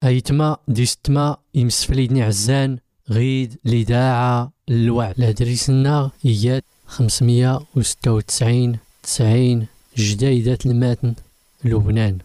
أيتما ديستما يمسفليدني عزان غيد لداعة الوعد لدريسنا إياد 596 90 جديدة الماتن لبنان.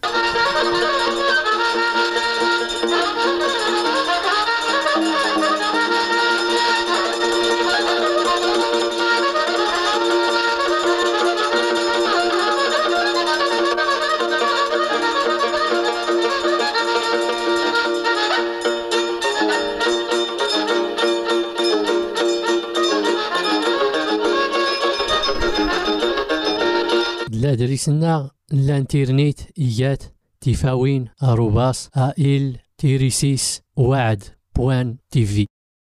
لا دريسنا الانترنت إيات تفاوين أروباس آئل تيريسيس وعد بوان تيفي.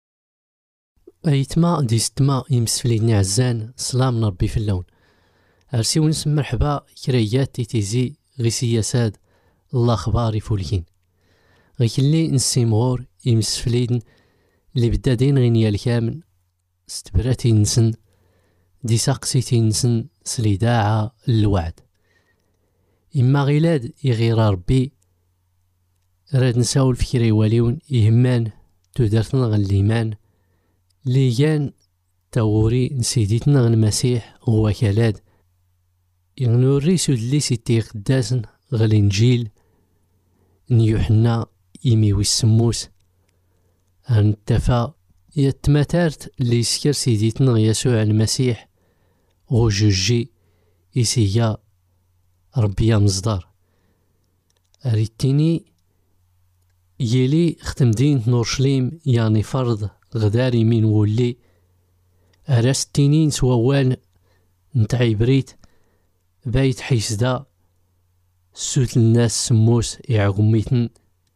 أيتما ديستما يمسفليدني عزان سلام ربي في اللون. أرسي ونسم مرحبا كريات تيتيزي غي سياسات الله خباري فولكين غي كلي نسيمغور يمسفليدن اللي بدادين غينيا الكامل استبراتي نسن دي ساقسيتي نسن سليداعة الوعد. إما غيلاد يغير ربي راد نساول فكري واليون يهمان تودرتنا غن الإيمان ليان تاوري نسيديتنا غن المسيح هو كالاد يغنوري سودلي سيتي قداسن غن الإنجيل نيوحنا يميوي السموس هنتفا يتماتارت اللي يسكر سيديتنا يسوع المسيح غوجوجي إسيا ربي مصدر أريتيني يلي ختم دين نورشليم يعني فرض غداري من ولي أرستيني سووان نتاع بريت بايت حيس دا سوت الناس سموس يعغميتن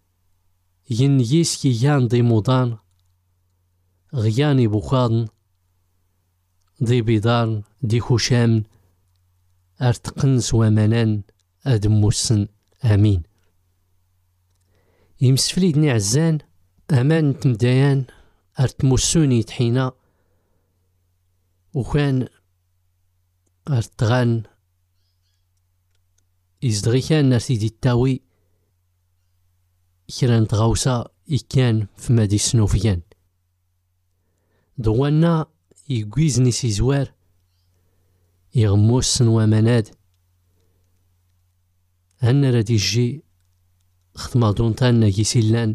ينيسكي يان دي مودان غياني بوخادن دي بيضان دي خشام أرتقنس ومنان أدموسن آمين. يمسفليدني عزان أمان تمدايان أرتموسوني تحينا وكان أرتغان إزدغي كان نرتيدي التاوي كران تغوصا إكان في مادي سنوفيان دوانا يقويزني سيزوار يغموسن ومناد هن رادي جي خدمة دونتان يسيلان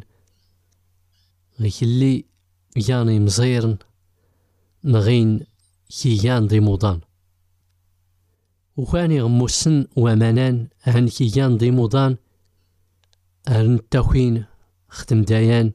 غيكلي ياني مزيرن نغين كيان دي مودان وكان يغموسن ومنان هن كيان دي مودان هن التاوين خدم دايان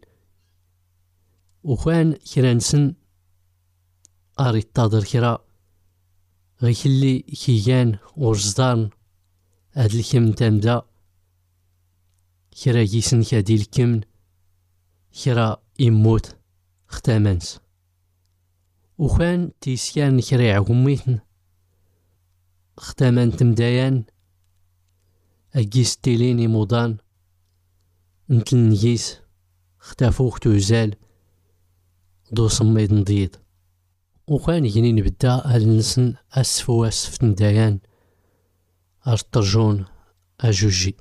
وكان كرانسن أريد تادر كرا غيكلي كيان ورزدان هاد الكم تامدا كرا يسن كادي الكمن كرا يموت ختامنس وكان تيسكان كرا يعقميتن ختامان تمدايان أجيس تيليني مودان نتل نجيس ختافوخ توزال دو صميد نضيد وكان يجني نبدا هاد النسن أسفواس في تندايان أرترجون أجوجي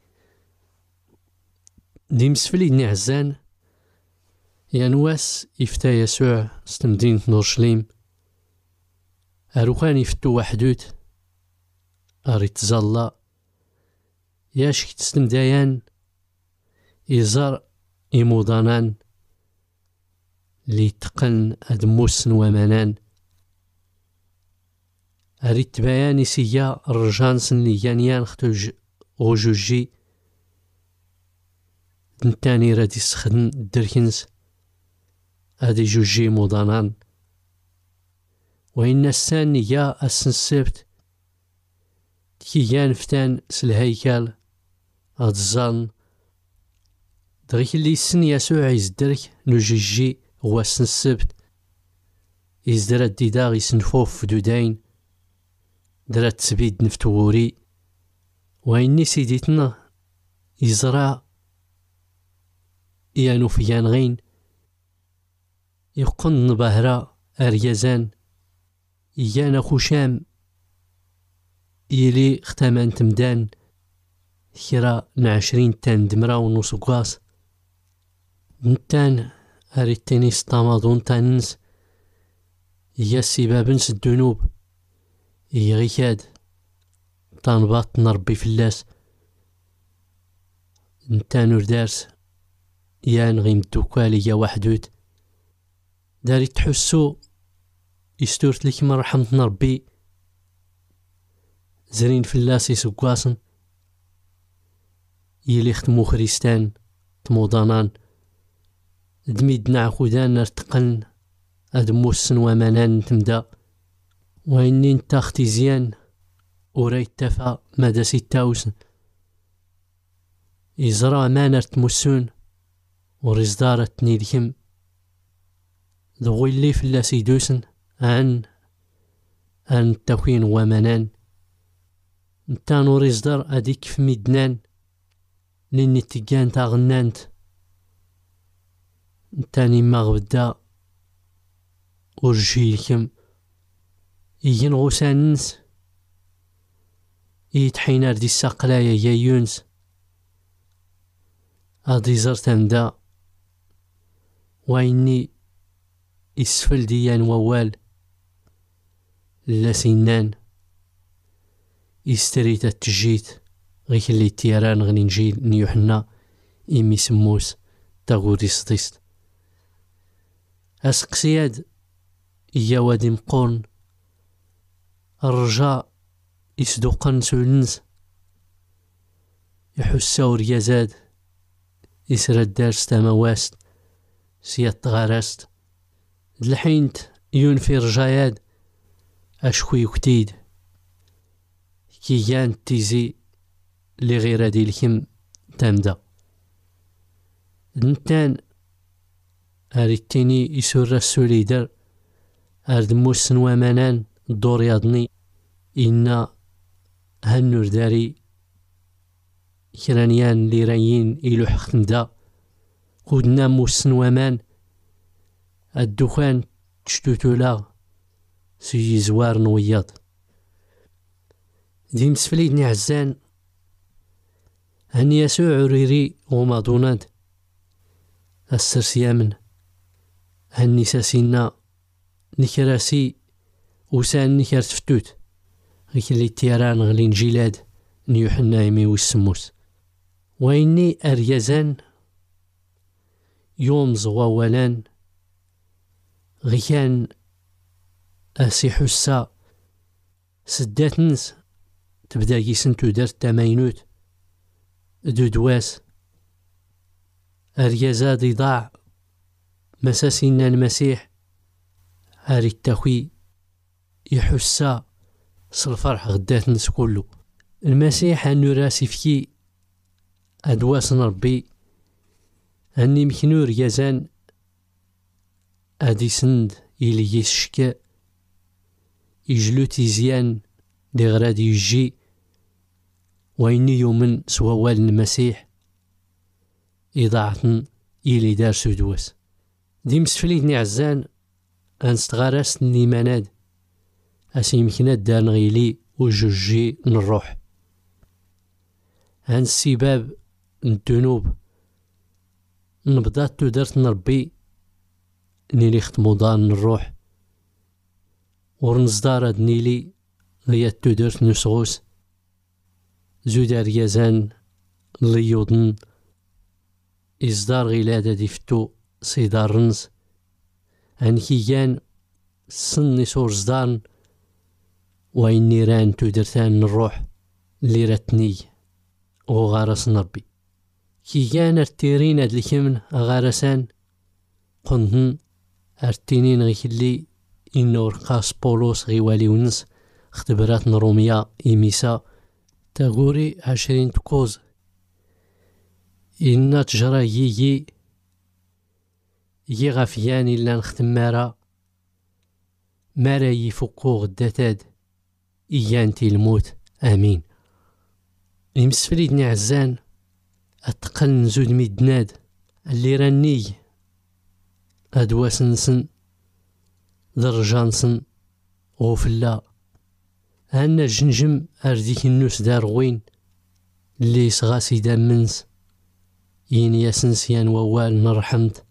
دي مسفليدني عزان يانواس يفتا يسوع ستمدينة نورشليم أروخان يفتو وحدوت أريد تزالا ياشك تستمدايان يزار إمودانان لي تقن أدموسن ومنان أريد تباياني سيا الرجانسن لي يانيان ختوج غوجوجي نتاني رادي سخدن الدركنس هادي جوجي مودانان وإن الساني يا السنسبت كيان فتان سلهيكال هاد الزان دغيك اللي سن يسوع يزدرك نجيجي هو السنسبت يزدر الديداغ يسنفوف فدودين درات تسبيد نفتوري وإني سيديتنا يزرع يانو فيان غين يقن بهرا أريزان يانا خشام يلي ختامان تمدان كرا 20 تان دمرا ونص قاص نتان أريتني ستامادون تانس هي السباب نس الذنوب هي غيكاد تنباط نربي فلاس نتان وردارس يان غيم الدوكالي يا وحدوت داري تحسو يستورت لك مرحمة نربي زرين فلاس يسقاسن يلي ختمو خريستان تموضانان دميد نعخودان نرتقن أدمو السن ومنان تمدا وإني نتا اختزيان ورا يتفا مدى 6,000 إزرا مانر تمسون ورزدارة تنيدكم ذوي اللي فلاس يدوسن عن التكوين ومنان نتا نورزدار أديك في ميدنان لني تيجان تاغنانت نتاني مغبدا ورجيلكم يجن غوسانس يتحينار دي الساقلايا يا يونس أدي زرتان دا وإني إسفل ديان ووال لا سنان إستريت التجيت غيك اللي تيران غني نجيل نيوحنا إمي سموس تاغوري سطيست أسقسياد إيا وادي مقون الرجاء يسدوقن سولنس يحساو ريازاد يسرد دارس تامواست سيات غارست دلحينت ينفي رجاياد أشكوي كتيد كيان تيزي لي غير هادي الكم تامدا نتان أريتيني يسور السوليدر أردمو السن ومنان الدور يضني إنا هنور داري كرانيان لي رايين إلو حختندا خودنا موسن ومان الدخان تشتوتولا سي زوار نوياض ديم سفليدني عزان هني يسوع عريري وما دوناد السرسيامن هني ساسينا نكراسي وسان نكر تفتوت غيك اللي تيران غلي نجيلاد نيوحنا يمي والسموس وإني أريزان يوم زواولان غيان أسي حسا سداتنس تبدا يسنتو دارت تماينوت دودواس أريزاد يضاع مساسينا المسيح هاري التخوي يحسا صالفرح غدات نس كلو المسيح أنو راسي فكي أدواس نربي أني مكنور يزان أدي سند إلي يشكا يجلو تيزيان لي غراد يجي وإني يومن سووال المسيح إضاعتن إلي دار سودواس دي مسفليدني عزان أنستغارست نيماناد أسيمكناد دار نغيلي وجوجي نروح عن السباب الذنوب نبدات تدرت نربي نيلي ختموضان نروح ورنزدار نيلي غيا تدرت نسغوس زودار يزان ليوضن إصدار غيلادة ديفتو سيدار رنز عن كيان سن سور زدان وين نيران تدرتان نروح اللي راتني وغارس نربي كيان ارتيرين هاد الكمن غارسان قندن ارتينين غيكلي إنو رقاس بولوس غيوالي ونس اختبارات نروميا إميسا تاغوري 20 تكوز إنا تجرى يي غافيان إلا نختمارا مارا يفقو غداتاد إيانتي الموت آمين يمسفليدني عزان أتقل نزود ميدناد اللي راني أدواسنسن درجانسن غوفلا أنا جنجم أرديك النوس دار غوين اللي صغاسي دامنس ينيا سنسيان ووال نرحمت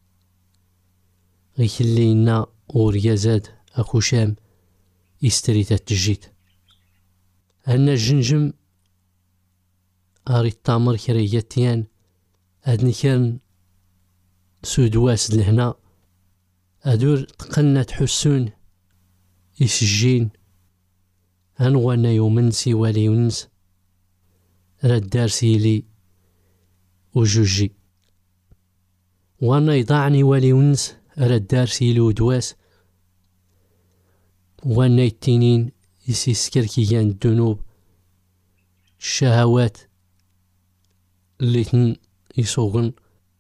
غيكلينا وريازاد أكوشام يستريتا تجيت أنا الجنجم أريد تامر كرياتيان أدني كان سودواس لهنا أدور تقنا تحسون يسجين أنوانا يومنسي والي ونس ردار سيلي وجوجي وانا يضاعني والي ونس ردار سيلي ودواس وانا يتينين يسيسكر كيان الذنوب الشهوات اللي يصوغن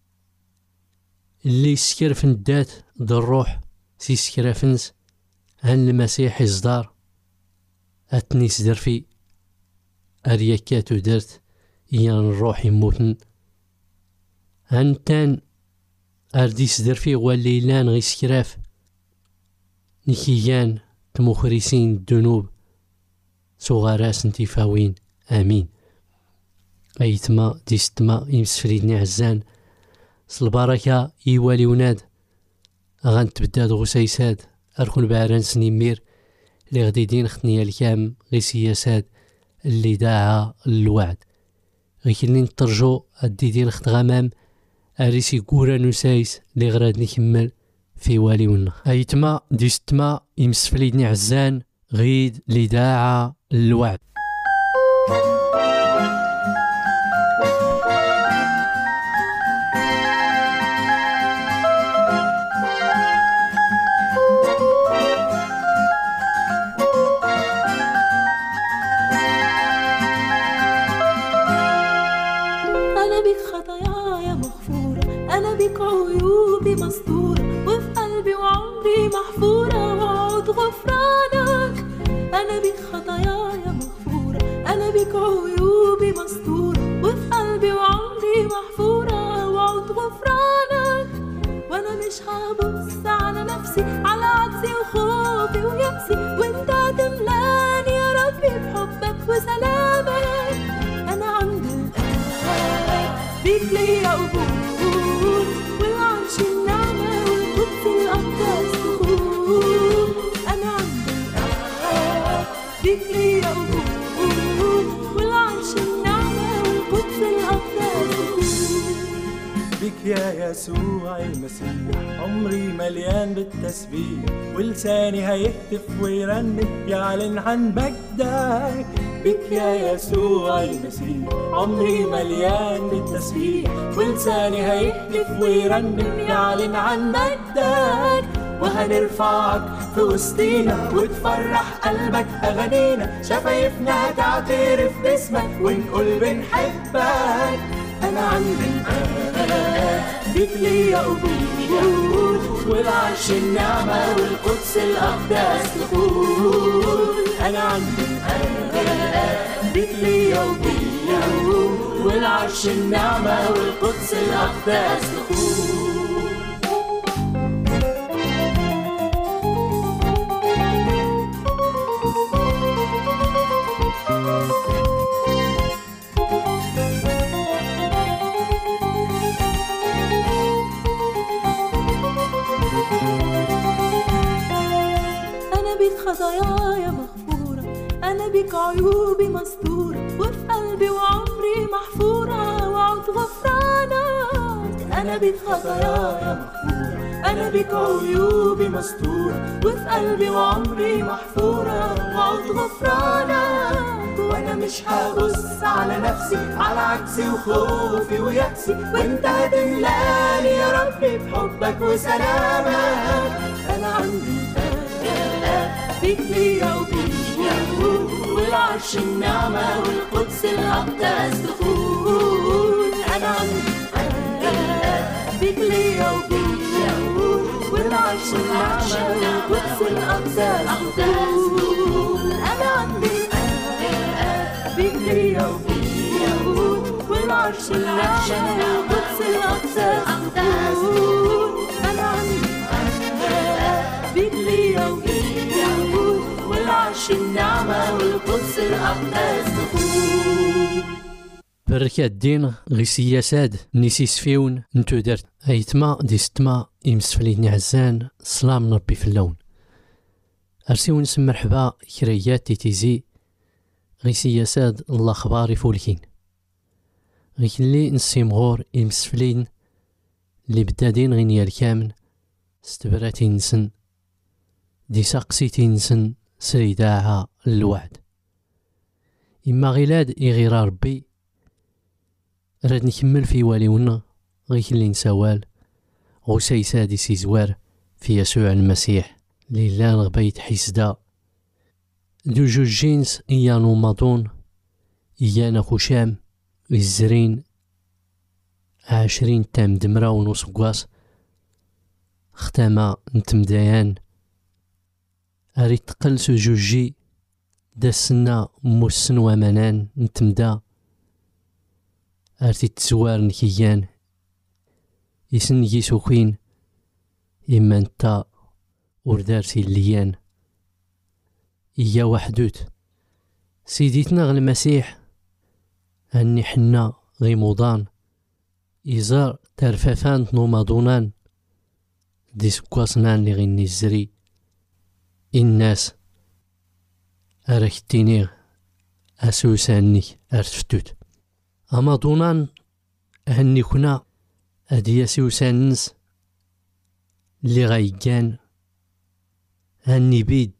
اللي يسكر فندات در الروح سيسكر فنس عن المسيح يصدار أتني سدر في أريكاتو درت يان الروح يموتن أنتان أردي سدر في والليلان غي سكراف نكيان تمخرسين الذنوب صغاراس انتفاوين آمين. أيتما ديستما يمسفريدني عزان البركة يوالي وناد غنتبداد غسيساد أركون بعران سنيمير اللي غدي دين ختنيا الكام غي سياسات اللي داعا الوعد غيكلني نترجو أدي دين خت غمام أريسي كورا نسايس اللي غراد نكمل في والي ونا. أيتما ديستما يمسفليدني عزان غيد اللي داعا الوعد. عيوبي مستورة وفي قلبي وعمري محفورة وعود غفرانك. أنا بيك خطاياي مغفورة، أنا بيك عيوبي مستورة وفي قلبي وعمري محفورة وعود غفرانك. وأنا مش هبص على نفسي على عجزي وخوفي ويأسي، وأنت هتملاني يا ربي بحبك وسلامك. أنا عند الآب بيك ليا قبول والعرش النعمة والقدس الأقدس دخول. أنا عند الآب بيك ليا قبول والعرش النعمة والقدس الأقدس دخول. بك يا يسوع المسيح عمري مليان بالتسبيح، ولساني هيهتف ويرنم يعلن عن مجدك. بك يا يسوع المسيح عمري مليان بالتسبيح، ولساني هيهتف ويرنم يعلن عن مجدك. وهنرفعك في وسطينا وتفرح قلبك أغانينا، شفايفنا تعترف باسمك ونقول بنحبك. أنا عند الآب بيك ليا قبول والعرش النعمة والقدس الأقدس دخول. أنا عند الآب بيك ليا قبول والعرش النعمة والقدس الأقدس دخول. خطاياي مغفورة، أنا بيك عيوبي مستورة وفي قلبي وعمري محفورة وعود غفرانك. أنا بيك خطاياي مغفورة، أنا بيك عيوبي مستورة وفي قلبي وعمري محفورة وعود غفرانك. وأنا مش هبص على نفسي على عجزي وخوفي ويأسي، وأنت هتملاني يا ربي بحبك وسلامك. أنا عندي بيك ليا قبول والعرش النعمة والقدس الأقدس دخول. أنا عندي بيك ليا قبول والعرش النعمة والقدس الأقدس دخول. أنا عندي بيك ليا قبول والعرش النعمة والقدس الأقدس دخول. أنا عندي بيك ليا قبول والعرش النعمة والقدس الأقدس دخول. بركة الدين غي سياساد نيسيس فيون نتو درت ايتما دي ستما يمسفليني عزان سلام ربي في اللون ارسيو نسم مرحبا كريات تيتيزي غي سياساد الله خباري فولكين غي كلي نسيمغور يمسفلين اللي بدادين غينيا الكامن استبراتي نسن دي ساقسيتي نسن سريداعها الوعد إما غيلاد إغير ربي راد نكمل في واليونا غي كلي نسوال غوساي سادس زوار في يسوع المسيح لله نغبيت حسدا دو جوج جينس إيانو ماضون إيانا خشام الزرين 20 تام دمرة ونص قواس ختامة نتمدايان أريد تقل سجوجي دا السنة موسن ومنان نتمدا أرتي تزوار نكيان يسن يسوكين إما نتا وردارتي الليان إيا وحدوت سيديتنا غ المسيح أني حنا غي موضان إزار ترفافان نوماضونان دي سكواسنان لي غيني الزري الناس أركتينيغ أسوساني أرتفتوت أماضونان أهني كنا أدي أسوسانس اللي غايقان هني بيد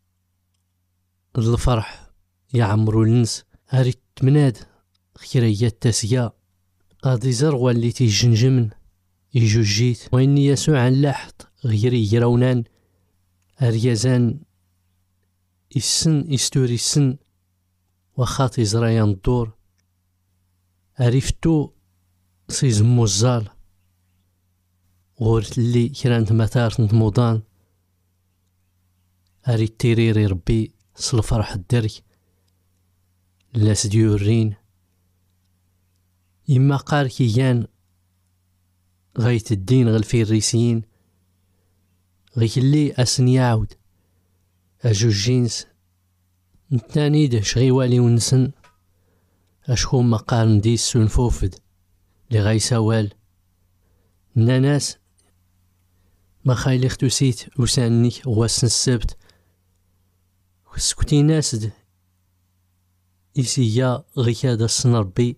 الفرح يعمرو النس أريد مناد خيريات تاسيا غادي زرغوا اللي تيجنجمن يجوجيت وإني يسوع عن لاحط غيري يرونان أريازان السن يستوري السن وخاطي زرايان الدور عرفتو سيزمو الزال غورت اللي كرانت متار نتموضان أريد تيريري ربي صلفرح الدرك لاس ديورين إما قار كيان غايت الدين غالفي الريسيين غيك اللي أسن يعود أجوج جينس نتاني دهش غيوالي ونسن أشكو مقارن ديس سنفوفد لغاي سوال ناناس ما خايلي اختوسيت وسانيك واسن السبت سكتي ناس ده إسيا غيكاد السن ربي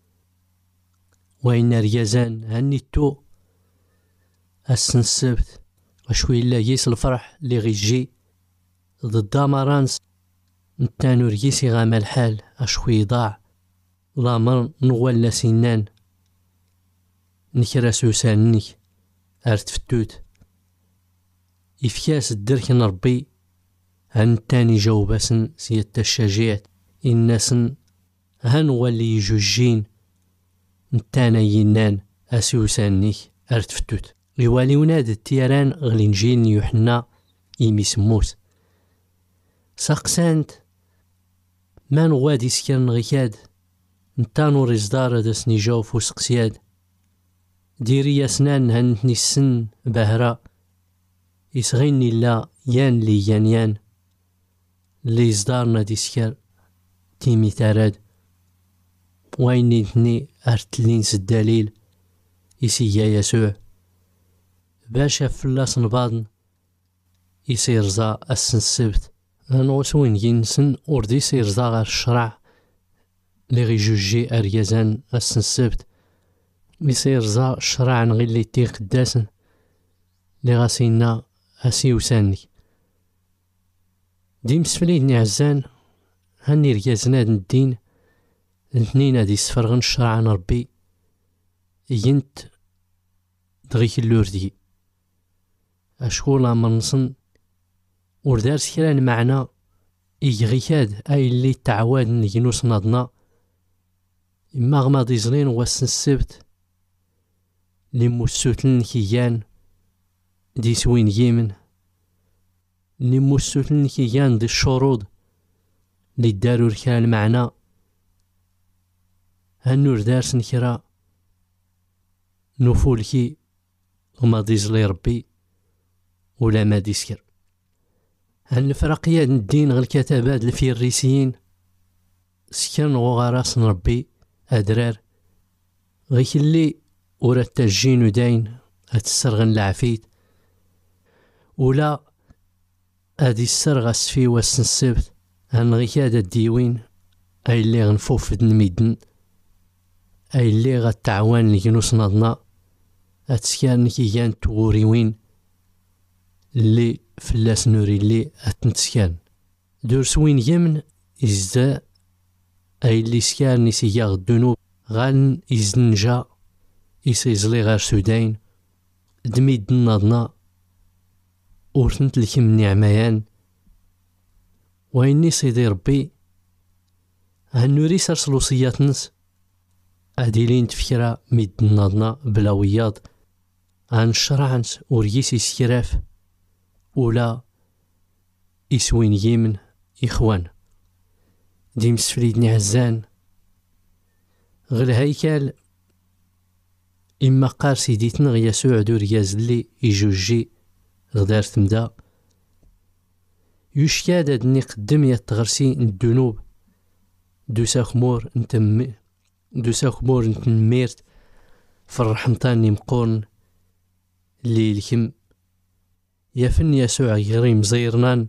وإن ريازان هنيتو السن السبت وشوي إلا يس الفرح اللي غيجي ضد مرانس نتانو ريسي غاما الحال أشوي ضاع لامر نغوال سنان نكرا سوسانيك أرتفتوت إفكاس الدرك نربي هن تاني جاوباسن سيادة الشجاعات الناسن هن ولي يجوجين نتانا ينان أسوسانيك أرتفتوت يوالي وناد التيران غلينجين يوحنا إيمي سموس ساقسانت ما نغادي سكرن غيكاد نتانو رزدار داسني جاو فوسقسياد ديري ياسنان هنتني السن بهرا يسغيني لا يان لي يان اللي يزدارنا دي سكر تيمي تاراد ويني نتني أرتلين الدليل يسيا يسوع باشا فلاس نباضن يسير زا السن السبت نوسوين ينسن وردي يسير زا غير الشرع لي غيجوجي أريازان السن السبت يسير زا الشرع نغي اللي تي قداسن لي غاسينا أسي وساني دي مسفليني عزان هني ريازنا الدين الاثنين هادي سفرغن الشرع عن ربي ينت دغيك اللوردي أشكول أمرنصن وردار سكران معنا إيغيكاد أي اللي تعواد نجنو صنادنا إما غماضي زلين واسن السبت لي موسوتلن كيان دي سوين يمن لي موسوتلن كيان دي الشروط لي دارو ركال معنا هنور دارسن كرا نفولكي غماضي زلي ربي ولا ما ديسكر هالفرقية الدين غالكتابات الفيريسيين سكن غو غراس ربي أدرار غيك اللي ورا التجين وداين هتسرغن العفيت ولا هادي السرغة سفي واسن السبت غيك هادا الديوين أي اللي غنفوف دنميدن أي اللي غتعوان لجنوس ناضنا هتسكان كيان تغوريوين اللي فلاس نوري اللي هتنتسكان دورس وين يمن إزداء أي اللي سكان نسيا الذنوب غان إزنجا إسيزلي غير سوداين دميد ناضنا ورثنت لكم النعميان وإني سيدي ربي هنوري سرس الوصيات نس أديلين تفكرا ميد ناضنا بلا وياض عن الشرعنس وريس إسكراف ولا إسوين يمن إخوان ديم سفريدني عزان غل هيكال إما قار سيديتنا يسوع دور يازلي يجوجي غدار تمدا يشكاد أدني قدم يتغرسي الذنوب دوسا خمور نتنميرت في الرحمطان مقورن اللي لكم يفن يسوع غيري مزيرنان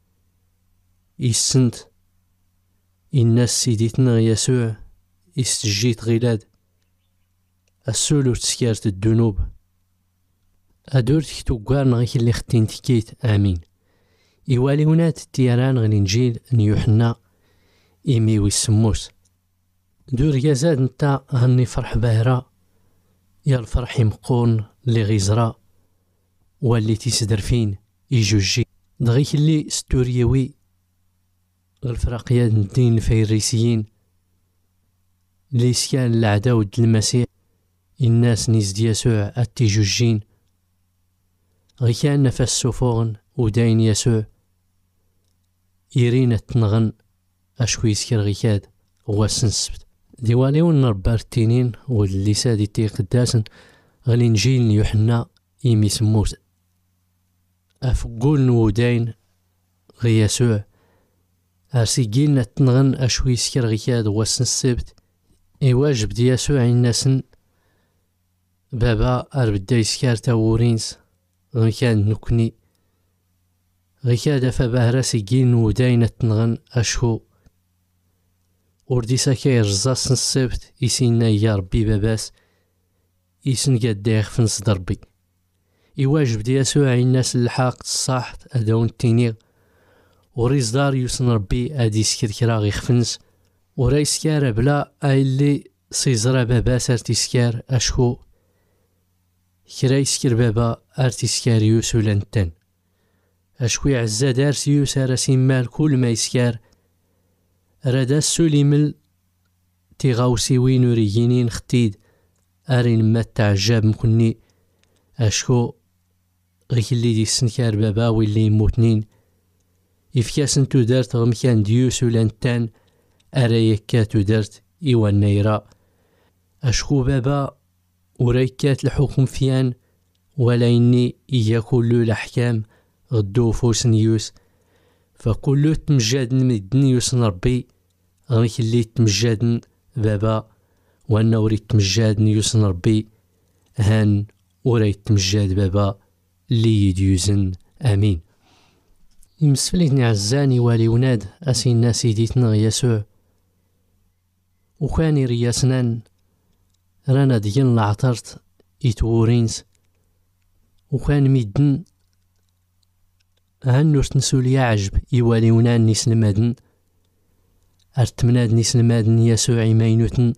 يسنت الناس سيديتنا يسوع استجيت غلاد السولو تسكارت الذنوب أدور تكتوكوار نغيك اللي ختين تكيت آمين إيوالي ونات تيران غالينجيل نيوحنا إيمي ويسموس دور يزاد نتا هني فرح باهرة يا الفرح مقورن اللي غيزرا واللي تيسدر فين يجوجي دغيك اللي ستوريوي الفرقيات الدين الفيريسيين اللي سكان العداو د المسيح الناس نيزد يسوع التيجوجين غي كان نفس سوفوغن وداين يسوع يرينا تنغن أشكو يسكر غيكاد هو سنسبت ديواليون نربار التنين واللي سادي تي قداسن غالينجيل يوحنا إيمي سموت أفقول نوداين غي يسوع أرسيجيلنا تنغن أشوي يسكر غيكاد هو سنسبت إواجب دي يسوع الناسن بابا أربدا يسكار تاورينس غيكاد نكني غيكاد فباهرا سيجيل نوداين تنغن أشو ورديسا كي رزاس السبت يسينا يا ربي باباس يسن قد دايخ فنس دربي يواجب دي يسوع الناس الحاق الصاحت أداون التينيغ وريز دار يوسن ربي أدي سكر كرا غيخفنس ورا يسكار بلا أي اللي سيزرا باباس ارتي سكار أشكو كرا يسكر بابا ارتي سكار يوسو لانتن أشكو يعزا دارس يوس راسين مال كل ما يسكار رادا سوليمل تيغاوسي وين وريجينين ختيد أرين ما تعجب مكني أشكو غيك اللي دي سنكار بابا واللي يموتنين إفكاسن تودرت غمكان ديوس ولانتان أرايكات تودرت إيوان نيرا أشكو بابا وريكات الحكم فيان ولا إني إيا كلو الأحكام غدو فوس نيوس فكلو تمجادن مدن يوسن ربي غيك اللي تمجادن بابا وانا وريت تمجادن يوسن ربي هان وريت تمجاد بابا اللي يديوزن آمين يمسفليتني عزاني والي وناد أسينا سيديتنا يسوع وكاني رياسنان رانا ديال العطرت إتورينس وكان ميدن هنور تنسولي عجب يوالي ونان نيس المادن أرتمناد نيس المادن يسوع ماينوتن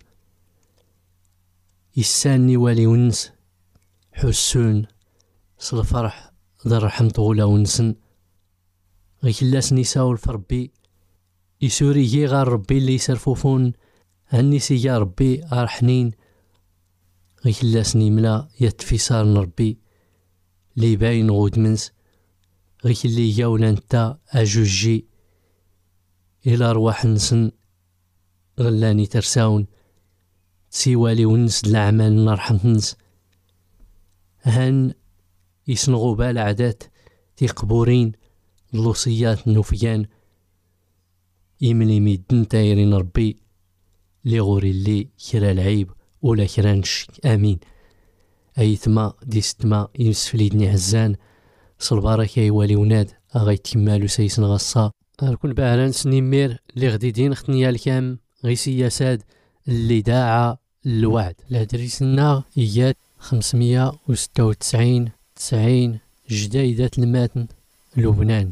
يساني والي ونس حسون صلفرح ذا رحم طولة ونسن غيك اللاس نساو الفربي يسوري جي غار ربي اللي يسرفوفون هنسي يا ربي أرحنين غيك اللاس نيملا يتفصار نربي لي باين غود منس غيك اللي جاونا نتا أجوجي إلى رواح نسن غلاني ترساون تسيوالي ونس الأعمال نرحم نس هان يسنغو بالعادات تيقبورين الوصيات النوفيان يملي ميدن تايرين ربي لي غوري اللي كرا العيب ولا كرا نشك امين ايتما دي ستما يمسفليدني عزان صلبارك يوالي وناد اغايت كمالو سيسن غصا كون باهران سنيمير اللي غديدين ختنيا الكام غي سياسات اللي داعا الوعد الادريسنا ايات 596 90 جديدة الماتن لبنان.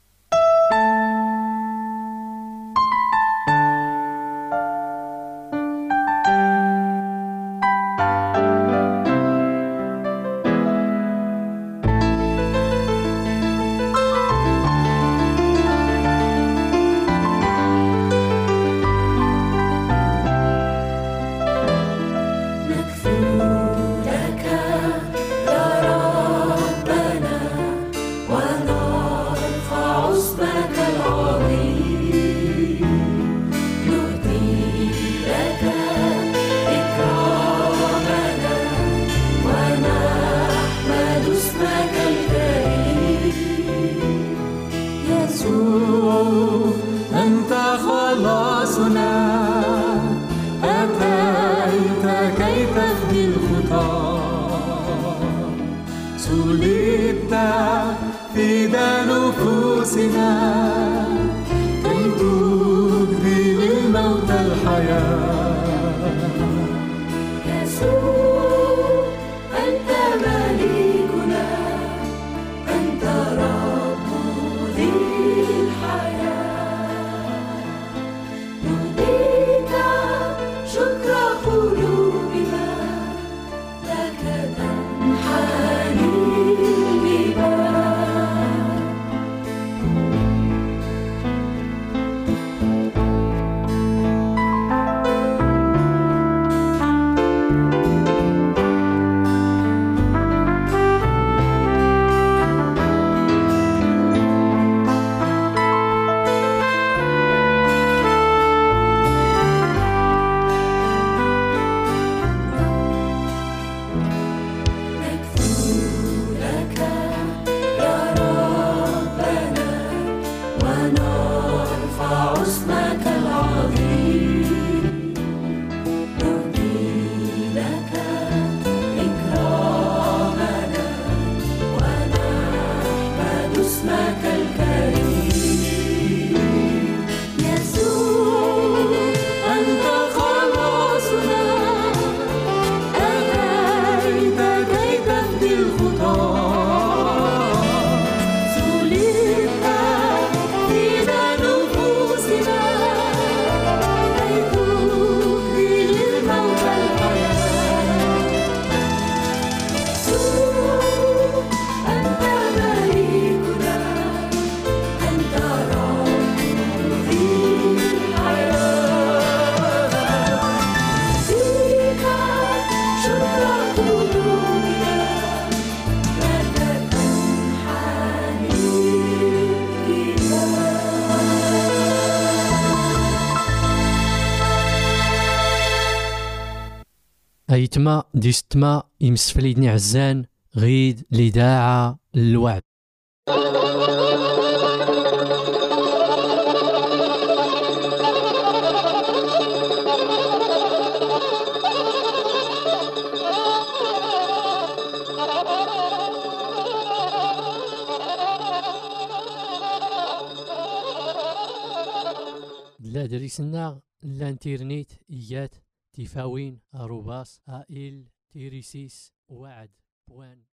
أنت خلاصنا أتيت كي تفدي الخطى سلبت فداء نفوسنا كي تبدي للموت الحياة يسوع أنت مليكنا أنت رب ذي الحياة نهديك شكر قلوبنا لك تنحني الجبال ايتما دي ستما يمسفليدني عزان غيد لداعا الوعد. لا دريسنا الانترنت ايات تفاوين اروباس ائل تيريسيس وعد بوان